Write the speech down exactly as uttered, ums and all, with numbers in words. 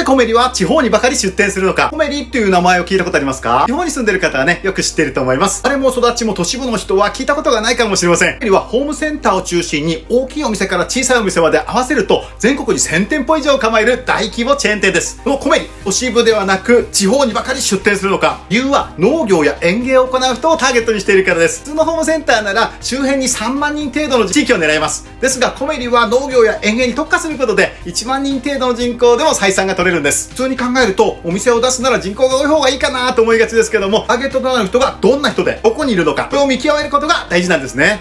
コメリは地方にばかり出店するのか。コメリっていう名前を聞いたことありますか？地方に住んでる方はね、よく知ってると思います。誰も育ちも都市部の人は聞いたことがないかもしれません。コメリはホームセンターを中心に大きいお店から小さいお店まで合わせると全国にせんてんぽ以上を構える大規模チェーン店です。このコメリ、都市部ではなく地方にばかり出店するのか。理由は農業や園芸を行う人をターゲットにしているからです。普通のホームセンターなら周辺にさんまんにん程度の地域を狙います。ですがコメリは農業や園芸に特化することでいちまんにん程度の人口でも採算が取れるんです。普通に考えるとお店を出すなら人口が多い方がいいかなと思いがちですけども、ターゲットとなる人がどんな人でどこにいるのか、これを見極めることが大事なんですね。